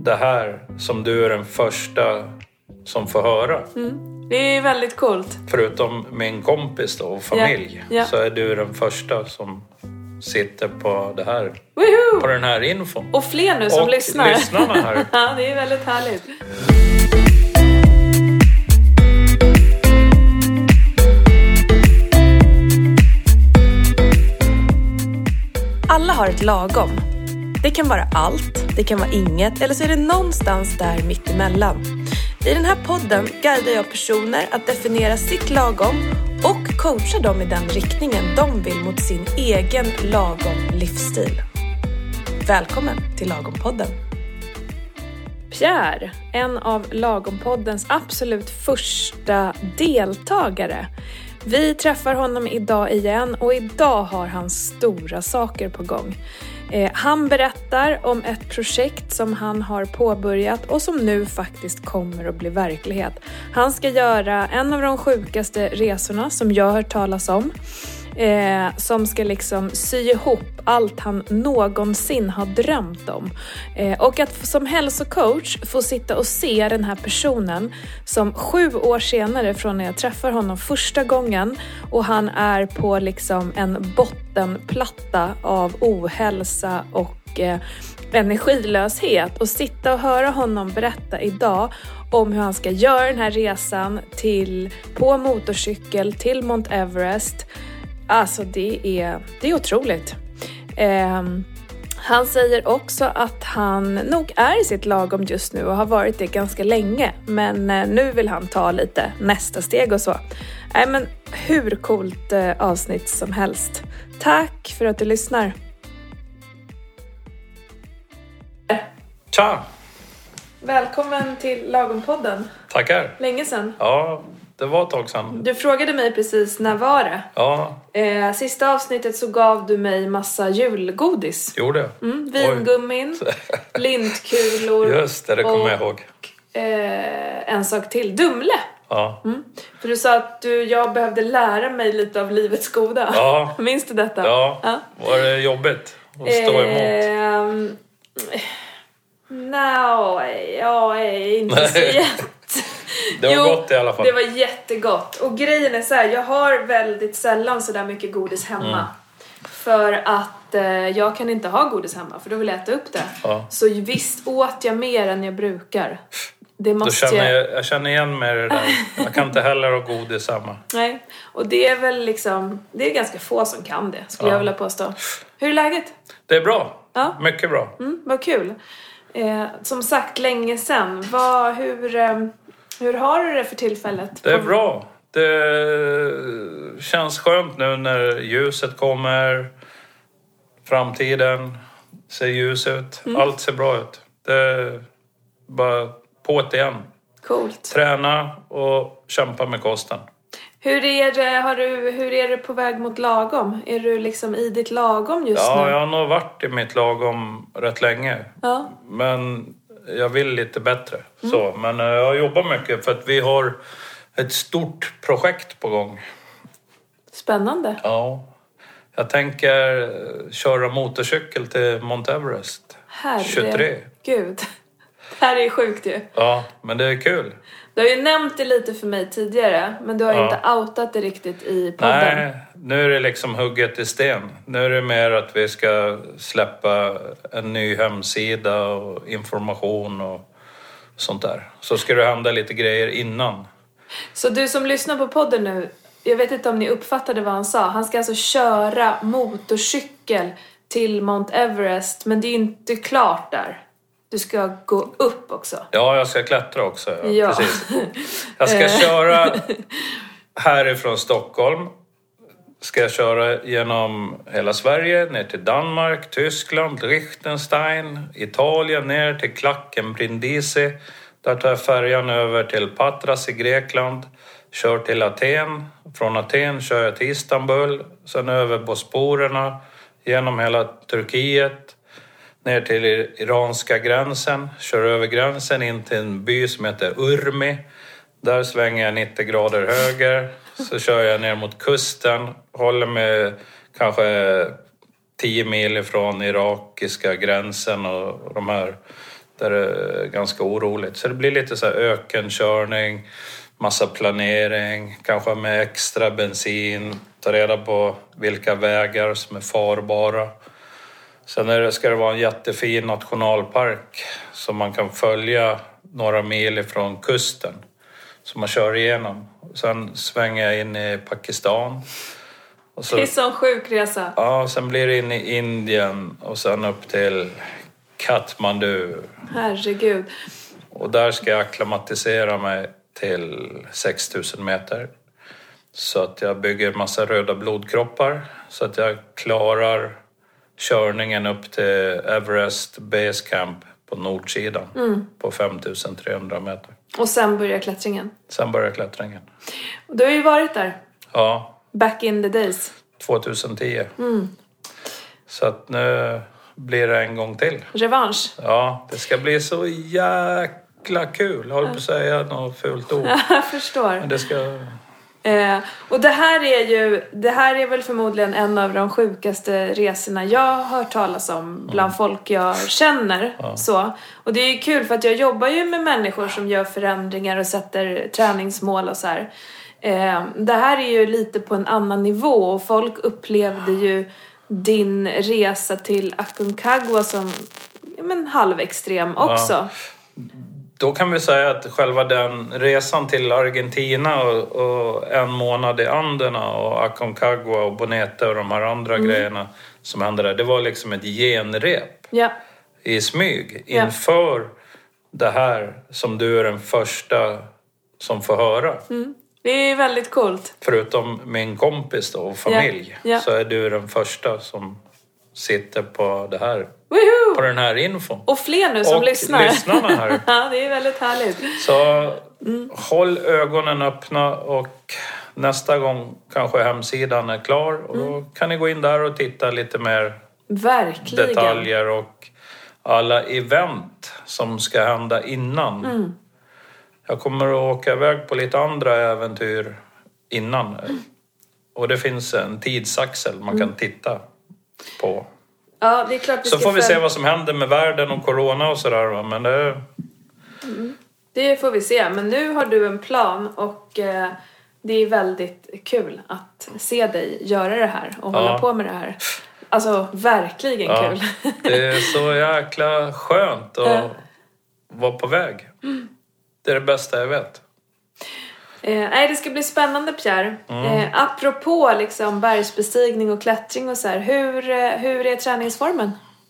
det här som du är den första som får höra. Det är väldigt coolt. Förutom min kompis då och familj. Ja. Så är du den första som sitter på det här. Woohoo! På den här infon. Och fler nu som och lyssnar. lyssnarna här. Ja, det är väldigt härligt. Alla har ett lagom. Det kan vara allt, det kan vara inget eller så är det någonstans där mittemellan. I den här podden guidar jag personer att definiera sitt lagom och coachar dem i den riktningen de vill mot sin egen lagom livsstil. Välkommen till Lagom-podden. Pierre, en av Lagom-poddens absolut första deltagare. Vi träffar honom idag igen och idag har han stora saker på gång. Han berättar om ett projekt som han har påbörjat och som nu faktiskt kommer att bli verklighet. Han ska göra en av de sjukaste resorna som jag har hört talas om. Som ska liksom sy ihop allt han någonsin har drömt om. Och att som hälsocoach få sitta och se den här personen som 7 år senare från när jag träffar honom första gången och han är på liksom en bottenplatta av ohälsa och energilöshet och sitta och höra honom berätta idag om hur han ska göra den här resan på motorcykel till Mount Everest. Alltså det är otroligt. Han säger också att han nog är i sitt lagom just nu och har varit det ganska länge. Men nu vill han ta lite nästa steg och så. Men hur coolt avsnitt som helst. Tack för att du lyssnar. Tja! Välkommen till Lagom-podden. Tackar. Länge sedan. Ja, det var ett tag sedan. Du frågade mig precis när var det? Ja. Sista avsnittet så gav du mig massa julgodis. Gjorde jag? Vingummin, lintkulor. Just det kommer jag ihåg. En sak till, Dumle. Ja. För du sa att jag behövde lära mig lite av livets goda. Ja. Minns du detta? Ja. Var det jobbigt att stå emot? Jag är inte så Det var gott i alla fall. Det var jättegott. Och grejen är så här, jag har väldigt sällan så där mycket godis hemma. För att jag kan inte ha godis hemma, för då vill jag äta upp det. Ja. Så visst åt jag mer än jag brukar. Det måste jag känner igen mig det där. Jag kan inte heller ha godis hemma. Nej, och det är väl liksom, det är ganska få som kan det, skulle jag vilja påstå. Hur är läget? Det är bra. Ja. Mycket bra. Vad kul. Som sagt, länge sedan. Hur har du det för tillfället? Det är bra. Det känns skönt nu när ljuset kommer. Framtiden ser ljus ut. Allt ser bra ut. Det är bara på ett igen. Coolt. Träna och kämpa med kosten. Hur är det på väg mot lagom? Är du liksom i ditt lagom just nu? Ja, jag har nog varit i mitt lagom rätt länge. Ja. Men jag vill lite bättre. Så, men jag jobbar mycket för att vi har ett stort projekt på gång. Spännande. Ja. Jag tänker köra motorcykel till Mount Everest. 23. Gud. Det här är sjukt ju. Ja, men det är kul. Du har ju nämnt det lite för mig tidigare, men du har inte outat det riktigt i podden. Nej, nu är det liksom hugget i sten. Nu är det mer att vi ska släppa en ny hemsida och information och sånt där. Så ska det hända lite grejer innan. Så du som lyssnar på podden nu, jag vet inte om ni uppfattade vad han sa. Han ska alltså köra motorcykel till Mount Everest, men det är inte klart där. Du ska gå upp också. Ja, jag ska klättra också. Ja. Precis. Jag ska köra härifrån Stockholm. Ska jag köra genom hela Sverige, ner till Danmark, Tyskland, Liechtenstein, Italien, ner till klacken Brindisi. Där tar jag färjan över till Patras i Grekland. Kör till Aten. Från Aten kör jag till Istanbul. Sen över Bosporerna, genom hela Turkiet. Ner till iranska gränsen. Kör över gränsen in till en by som heter Urmi. Där svänger jag 90 grader höger. Så kör jag ner mot kusten. Håller mig kanske 10 mil ifrån irakiska gränsen och de här där det är ganska oroligt. Så det blir lite så här ökenkörning, massa planering, kanske med extra bensin, ta reda på vilka vägar som är farbara. Sen ska det vara en jättefin nationalpark som man kan följa några mil ifrån kusten. Som man kör igenom. Sen svänger jag in i Pakistan. Och så, det är sån sjuk resa. Ja, sen blir det in i Indien och sen upp till Kathmandu. Herregud. Och där ska jag akklimatisera mig till 6000 meter. Så att jag bygger massa röda blodkroppar. Så att jag klarar körningen upp till Everest Base Camp på nordsidan. På 5300 meter. Och sen börjar klättringen. Sen börjar klättringen. Du har ju varit där. Ja. Back in the days. 2010. Så att nu blir det en gång till. Revansch. Ja, det ska bli så jäkla kul. Jag håller på att säga något fult ord. Jag förstår. Men det ska... Och det här är väl förmodligen en av de sjukaste resorna jag har hört talas om bland folk jag känner. Ja. Så. Och det är ju kul för att jag jobbar ju med människor som gör förändringar och sätter träningsmål och så här. Det här är ju lite på en annan nivå och folk upplevde ju din resa till Aconcagua som halvextrem också. Ja. Då kan vi säga att själva den resan till Argentina och en månad i Anderna och Aconcagua och Bonete och de här andra grejerna som hände där, det var liksom ett genrep i smyg inför det här som du är den första som får höra. Det är väldigt coolt. Förutom min kompis då och familj så är du den första som sitter på det här. Woohoo! På den här infon. Och fler nu som och lyssnar. Lyssnarna här. Ja, det är väldigt härligt. Så håll ögonen öppna och nästa gång kanske hemsidan är klar. Och då kan ni gå in där och titta lite mer detaljer och alla event som ska hända innan. Jag kommer att åka iväg på lite andra äventyr innan. Och det finns en tidsaxel man kan titta på. Ja, det är klart så får vi se vad som händer med världen och corona och sådär. Men det får vi se. Men nu har du en plan och det är väldigt kul att se dig göra det här och hålla på med det här. Alltså, verkligen kul. Det är så jäkla skönt att vara på väg. Det är det bästa jag vet. Det ska bli spännande, Pierre. Apropå liksom bergsbestigning och klättring och så här. Hur är träningsformen?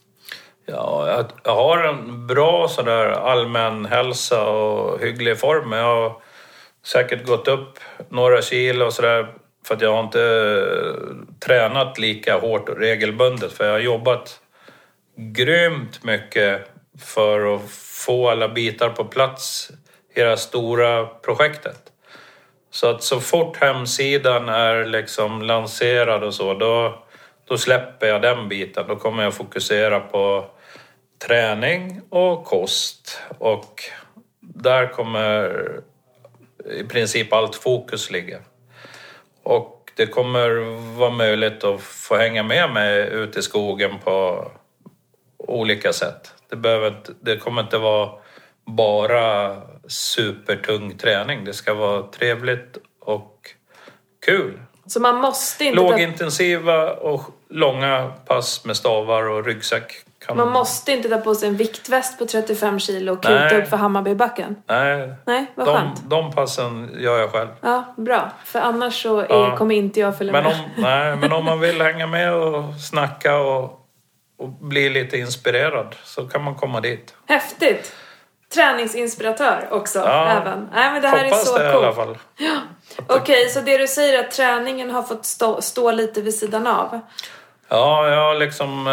Ja, jag har en bra sådär allmän hälsa och hygglig form. Jag har säkert gått upp några kilo och sådär. För att jag har inte tränat lika hårt och regelbundet. För jag har jobbat grymt mycket för att få alla bitar på plats i det här stora projektet. Så att så fort hemsidan är liksom lanserad och så, då släpper jag den biten. Då kommer jag fokusera på träning och kost. Och där kommer i princip allt fokus ligga. Och det kommer vara möjligt att få hänga med mig ut i skogen på olika sätt. Det kommer inte vara bara supertung träning. Det ska vara trevligt och kul. Så man måste inte... Lågintensiva och långa pass med stavar och ryggsäck. Man måste inte ta på sig en viktväst på 35 kilo och kuta upp för Hammarbybacken. Nej, vad skönt. De passen gör jag själv. Ja, bra. För annars så kommer inte jag följa med. Men om man vill hänga med och snacka och bli lite inspirerad så kan man komma dit. Häftigt. Träningsinspiratör också även. Nej, men det här hoppas är så det coolt. I alla fall. Ja. Okej, så det du säger är att träningen har fått stå lite vid sidan av? Ja, jag har liksom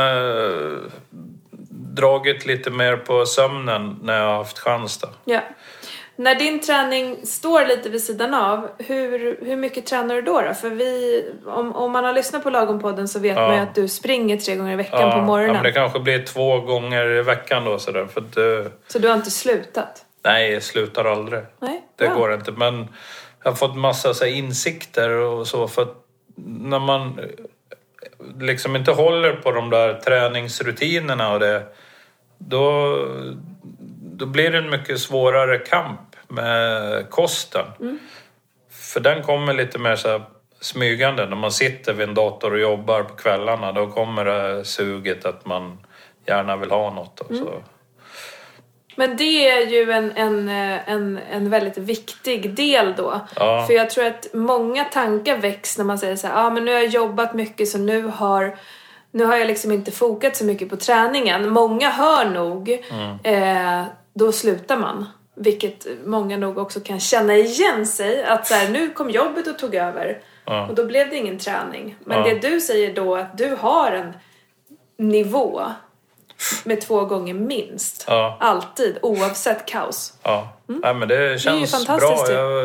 dragit lite mer på sömnen när jag har haft chans då. Ja. När din träning står lite vid sidan av, hur mycket tränar du då? För om man har lyssnat på Lagom-podden så vet man ju att du springer 3 gånger i veckan på morgonen. Ja, men det kanske blir 2 gånger i veckan då sådär. Så du har inte slutat? Nej, jag slutar aldrig. Nej, det går inte. Men jag har fått massa så här insikter och så. För att när man liksom inte håller på de där träningsrutinerna och det, då blir det en mycket svårare kamp med kosten. För den kommer lite mer så här smygande. När man sitter vid en dator och jobbar på kvällarna, då kommer det suget att man gärna vill ha något. Och så. Men det är ju en väldigt viktig del då. Ja. För jag tror att många tankar väcks när man säger så här, men nu har jag jobbat mycket så nu har jag liksom inte fokat så mycket på träningen. Många hör nog, då slutar man. Vilket många nog också kan känna igen sig. Att så här, nu kom jobbet och tog över. Ja. Och då blev det ingen träning. Men det du säger då, att du har en nivå med 2 gånger minst. Ja. Alltid, oavsett kaos. Ja, Nej, men det känns det bra.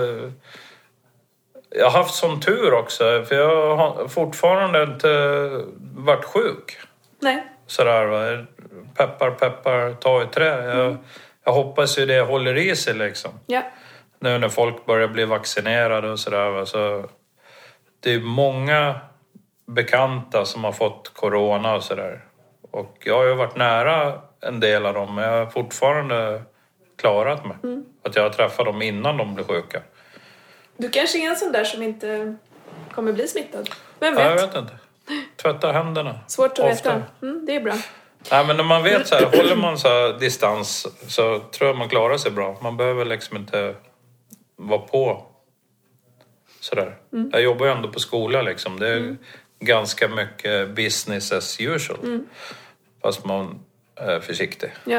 Jag har haft sån tur också. För jag har fortfarande inte varit sjuk. Nej. Sådär, va? Peppar, ta i trä. Jag hoppas ju det håller i sig liksom. Ja. Nu när folk börjar bli vaccinerade och sådär. Va? Så det är många bekanta som har fått corona och sådär. Och jag har ju varit nära en del av dem. Men jag har fortfarande klarat mig. Att jag har träffat dem innan de blev sjuka. Du kanske är en sån där som inte kommer bli smittad. Vem vet? Ja, jag vet inte. Tvätta händerna. Svårt att veta. Det är bra. Nej, men när man vet så här, håller man så här distans så tror jag man klarar sig bra. Man behöver liksom inte vara på sådär. Jag jobbar ju ändå på skola liksom. Det är ganska mycket business as usual. Fast man är försiktig. Ja.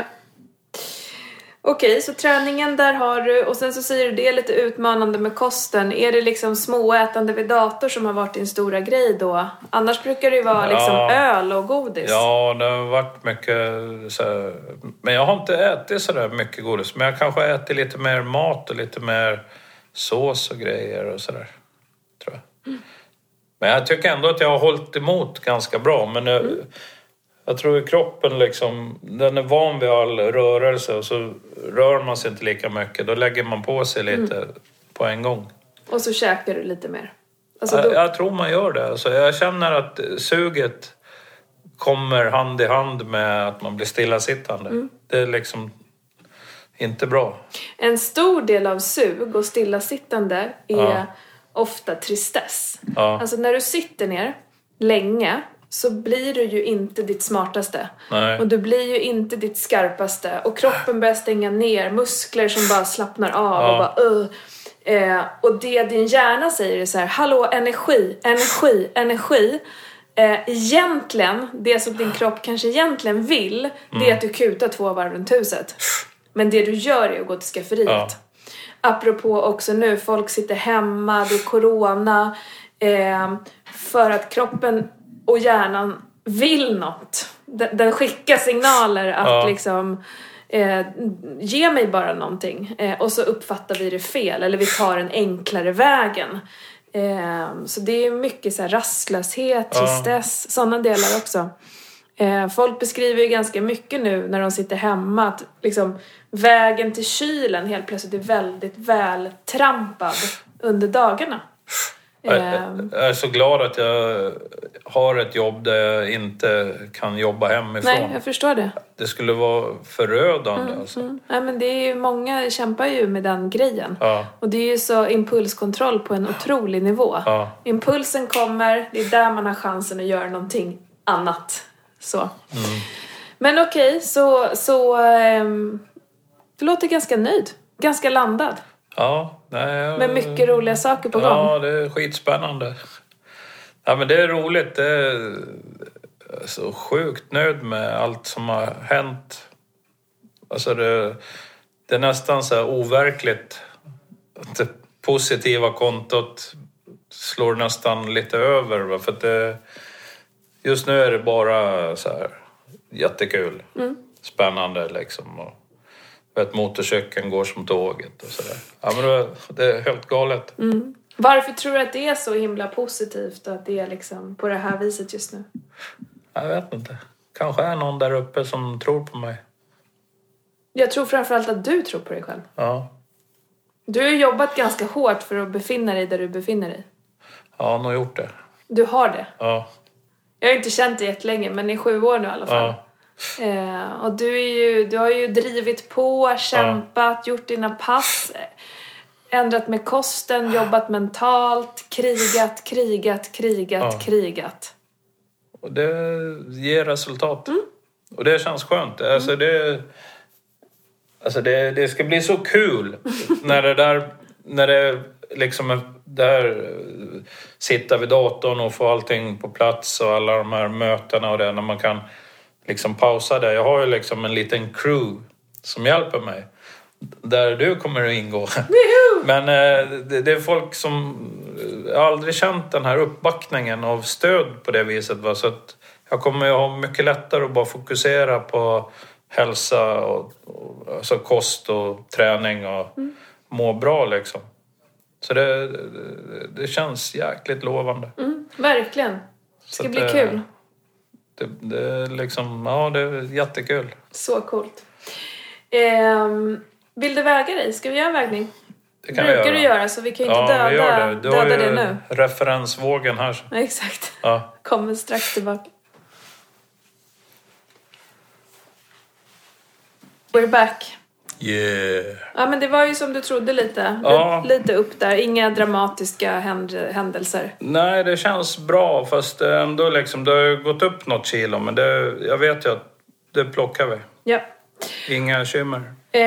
Okej, så träningen där har du. Och sen så säger du det är lite utmanande med kosten. Är det liksom småätande vid dator som har varit din stora grej då? Annars brukar det ju vara liksom öl och godis. Ja, det har varit mycket så här. Men jag har inte ätit så där mycket godis. Men jag kanske har ätit lite mer mat och lite mer sås och grejer och sådär. Tror jag. Men jag tycker ändå att jag har hållit emot ganska bra. Men jag tror att kroppen liksom, den är van vid all rörelse och så rör man sig inte lika mycket. Då lägger man på sig lite på en gång. Och så käkar du lite mer. Alltså jag tror man gör det. Alltså, jag känner att suget kommer hand i hand med att man blir stillasittande. Det är liksom inte bra. En stor del av sug och stillasittande är ofta tristess. Ja. Alltså när du sitter ner länge så blir du ju inte ditt smartaste. Nej. Och du blir ju inte ditt skarpaste. Och kroppen börjar stänga ner. Muskler som bara slappnar av. Och bara och det din hjärna säger är så här: hallå, energi. Egentligen, det som din kropp kanske egentligen vill, det är att du kutar 2 varv runt huset. Men det du gör är att gå till skafferiet. Ja. Apropå också nu, folk sitter hemma, det är corona. För att kroppen och hjärnan vill något. Den skickar signaler att liksom ge mig bara någonting. Och så uppfattar vi det fel. Eller vi tar en enklare vägen. Så det är mycket så här rastlöshet, tristess, sådana delar också. Folk beskriver ju ganska mycket nu när de sitter hemma att liksom vägen till kylen helt plötsligt är väldigt väl trampad under dagarna. Jag är så glad att jag har ett jobb där jag inte kan jobba hemifrån. Nej, jag förstår det. Det skulle vara förödande. Alltså. Ja, men det är ju, många kämpar ju med den grejen. Ja. Och det är ju så impulskontroll på en otrolig nivå. Ja. Impulsen kommer, det är där man har chansen att göra någonting annat. Så. Men okej, så du låter ganska nöjd. Ganska landad. Ja, med mycket roliga saker på gång. Ja, det är skitspännande. Ja, men det är roligt. Det är så sjukt nöjd med allt som har hänt. Alltså det är nästan så här overkligt. Att det positiva kontot slår nästan lite över. Va? För att just nu är det bara så här jättekul. Spännande liksom. Och motorcykeln går som tåget och sådär. Ja, men det är helt galet. Varför tror du att det är så himla positivt att det är liksom på det här viset just nu? Jag vet inte. Kanske är någon där uppe som tror på mig. Jag tror framförallt att du tror på dig själv. Ja. Du har jobbat ganska hårt för att befinna dig där du befinner dig. Ja, jag har nog gjort det. Du har det? Ja. Jag har inte känt dig jättelänge, men i 7 år nu i alla fall. Och du har ju drivit på, kämpat, gjort dina pass, ändrat med kosten, jobbat mentalt, krigat. Och det ger resultat. Och det känns skönt. Alltså det ska bli så kul när det liksom är där, sitta vid datorn och få allting på plats och alla de här mötena och det, när man kan liksom pausa det. Jag har ju liksom en liten crew som hjälper mig, där du kommer att ingå. Men det är folk som aldrig känt den här uppbackningen av stöd på det viset, va? Så att jag kommer att ha mycket lättare att bara fokusera på hälsa och alltså kost och träning och må bra liksom. Så det känns jäkligt lovande. Verkligen. Det ska bli kul. Det är liksom, ja, det är jättekul. Så coolt. Vill du väga dig? Ska vi göra en vägning? Det kan brukar du göra, så vi kan ju inte döda det nu. Referensvågen här. Ja, exakt. Ja. Kommer strax tillbaka. We're back. Yeah. Ja, men det var ju som du trodde lite. Lite upp där. Inga dramatiska händelser. Nej, det känns bra. Fast ändå liksom, det har gått upp något kilo. Men jag vet ju att det plockar vi. Ja. Inga bekymmer.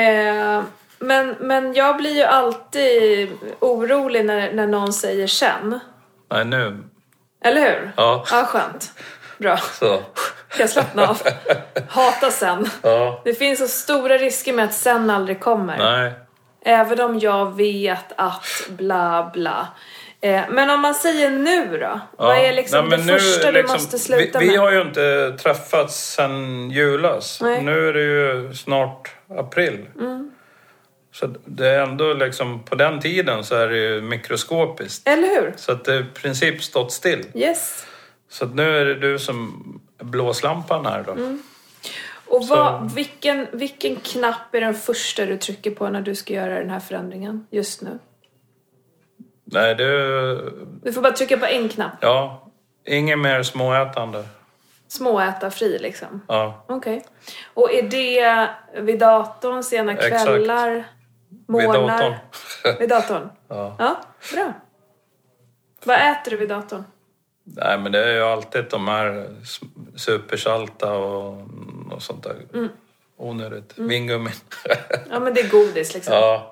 Men jag blir ju alltid orolig när någon säger sen. Nej, nu. Eller hur? Ja. Ja, skönt. Bra. Så. Jag slappnar av. Hata sen. Ja. Det finns så stora risker med att sen aldrig kommer. Nej. Även om jag vet att bla bla. Men om man säger nu då? Ja. Vad är liksom det första du måste sluta med? Vi har ju inte träffats sedan julas. Nej. Nu är det ju snart april. Så det är ändå liksom, på den tiden så är det ju mikroskopiskt. Eller hur? Så att det i princip stått still. Yes. Så att nu är det du som är blåslampan här då. Och vilken knapp är den första du trycker på när du ska göra den här förändringen just nu? Nej, Du får bara trycka på en knapp. Ja, inget mer småätande. Småäta fri liksom? Ja. Okej. Och är det vid datorn, sena kvällar, Exakt. morgnar? Vid datorn? Ja. Ja, bra. Vad äter du vid datorn? Nej, men det är ju alltid de här supersalta och sånt där. Onödigt. Vingummi. Ja, men det är godis liksom. Ja.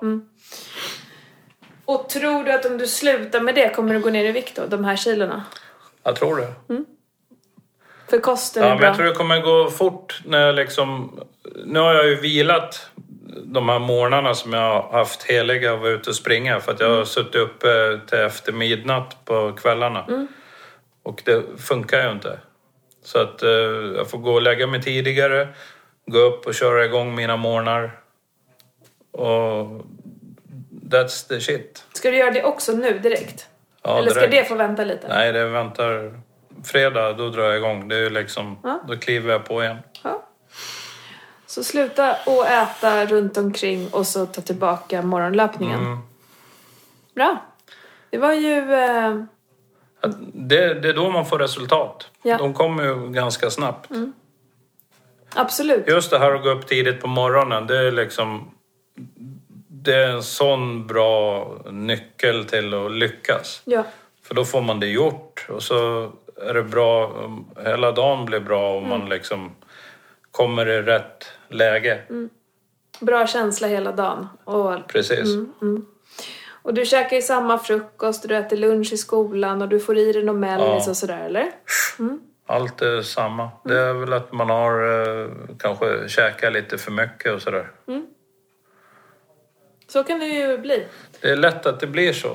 Och tror du att om du slutar med det kommer du gå ner i vikt då, de här kilorna? Jag tror det. För kosten är Ja, bra. men jag tror det kommer gå fort när jag liksom... Nu har jag ju vilat de här morgnarna som jag har haft heliga och var ute och springa. För att jag har suttit uppe till efter midnatt på kvällarna. Och det funkar ju inte. Så att jag får gå och lägga mig tidigare. Gå upp och köra igång mina morgnar. Och that's the shit. Ska du göra det också nu direkt? Ja, eller ska direkt. det få vänta lite? Nej, det väntar... Fredag, då drar jag igång. Det är ju liksom... Då kliver jag på igen. Ja. Så sluta och äta runt omkring och så ta tillbaka morgonlöpningen. Bra. Det var ju... Det är då man får resultat. Ja. De kommer ju ganska snabbt. Absolut. Just det här att gå upp tidigt på morgonen, det är liksom... Det är en sån bra nyckel till att lyckas. Ja. För då får man det gjort. Och så är det bra... Hela dagen blir bra om man liksom kommer i rätt läge. Bra känsla hela dagen. Och, Precis. och du käkar ju samma frukost, och du äter lunch i skolan och du får i dig någon mellis och sådär, eller? Allt är samma. Det är väl att man har kanske käkat lite för mycket och sådär. Så kan det ju bli. Det är lätt att det blir så.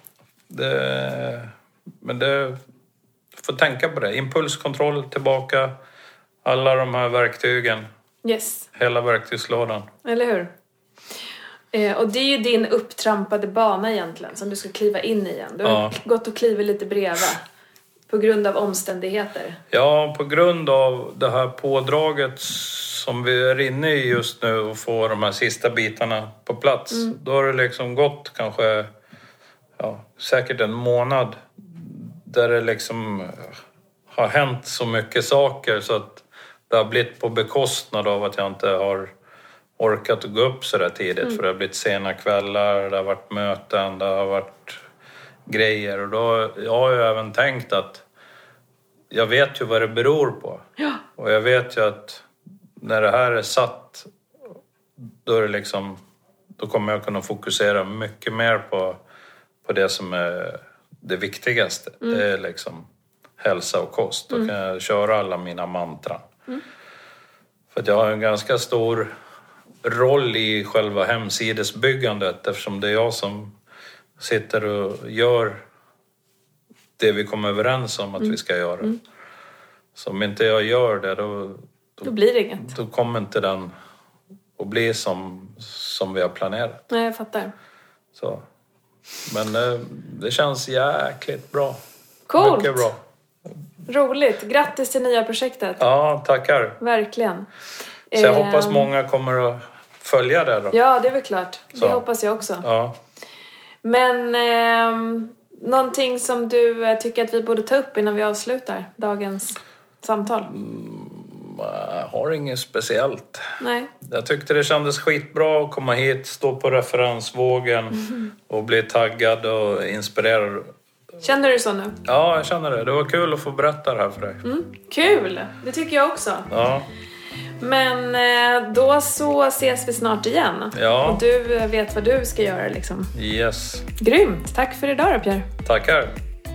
Men det får tänka på det. Impulskontroll tillbaka. Alla de här verktygen. Yes. Hela verktygslådan. Eller hur? Och det är ju din upptrampade bana egentligen som du ska kliva in i igen. Du har gått och klivit lite bredvid på grund av omständigheter. Ja, på grund av det här pådraget som vi är inne i just nu och får de här sista bitarna på plats. Då har det liksom gått kanske säkert en månad där det liksom har hänt så mycket saker så att det har blivit på bekostnad av att jag inte har orkat gå upp så där tidigt. För det har blivit sena kvällar, det har varit möten, det har varit grejer. Och då jag har jag även tänkt att jag vet ju vad det beror på. Ja. Och jag vet ju att när det här är satt, då är det liksom, då kommer jag kunna fokusera mycket mer på det som är det viktigaste. Det är liksom hälsa och kost. Då kan jag köra alla mina mantran. För att jag har en ganska stor roll i själva hemsidesbyggandet, eftersom det är jag som sitter och gör det vi kommer överens om att vi ska göra. Så om inte jag gör det, då blir det inget. Då kommer inte den att bli som vi har planerat. Nej, jag fattar. Så. Men det känns jäkligt bra. Coolt. Mycket bra. Roligt. Grattis till nya projektet. Ja, tackar. Verkligen. Så jag hoppas många kommer att följa det då. Ja, det är väl klart. Så. Det hoppas jag också. Ja. Men någonting som du tycker att vi borde ta upp innan vi avslutar dagens samtal? Jag har inget speciellt. Nej. Jag tyckte det kändes skitbra att komma hit, stå på referensvågen och bli taggad och inspirerad. Känner du så nu? Ja, jag känner det. Det var kul att få berätta det här för dig. Kul! Det tycker jag också. Ja. Men då så ses vi snart igen. Ja. Och du vet vad du ska göra liksom. Yes. Grymt! Tack för idag då, Pierre. Tackar.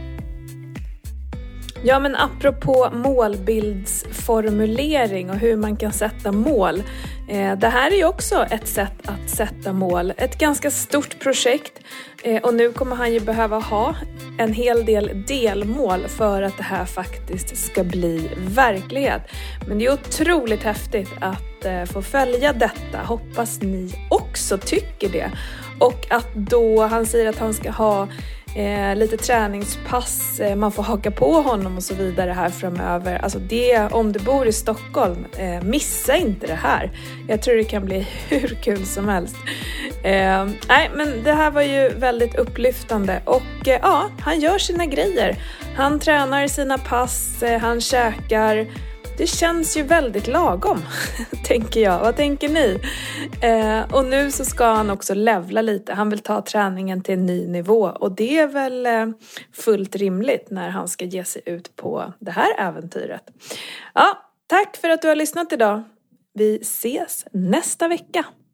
Ja, men apropå målbildsformulering och hur man kan sätta mål. Det här är ju också ett sätt att sätta mål. Ett ganska stort projekt. Och nu kommer han ju behöva ha en hel del delmål för att det här faktiskt ska bli verklighet. Men det är otroligt häftigt att få följa detta. Hoppas ni också tycker det. Och att då han säger att han ska ha lite träningspass, man får haka på honom och så vidare här framöver. Alltså det, om du bor i Stockholm, missa inte det här. Jag tror det kan bli hur kul som helst. Nej, men det här var ju väldigt upplyftande och ja, han gör sina grejer. Han tränar sina pass, han käkar. Det känns ju väldigt lagom, tänker jag. Vad tänker ni? Och nu så ska han också levla lite. Han vill ta träningen till en ny nivå. Och det är väl fullt rimligt när han ska ge sig ut på det här äventyret. Ja, tack för att du har lyssnat idag. Vi ses nästa vecka.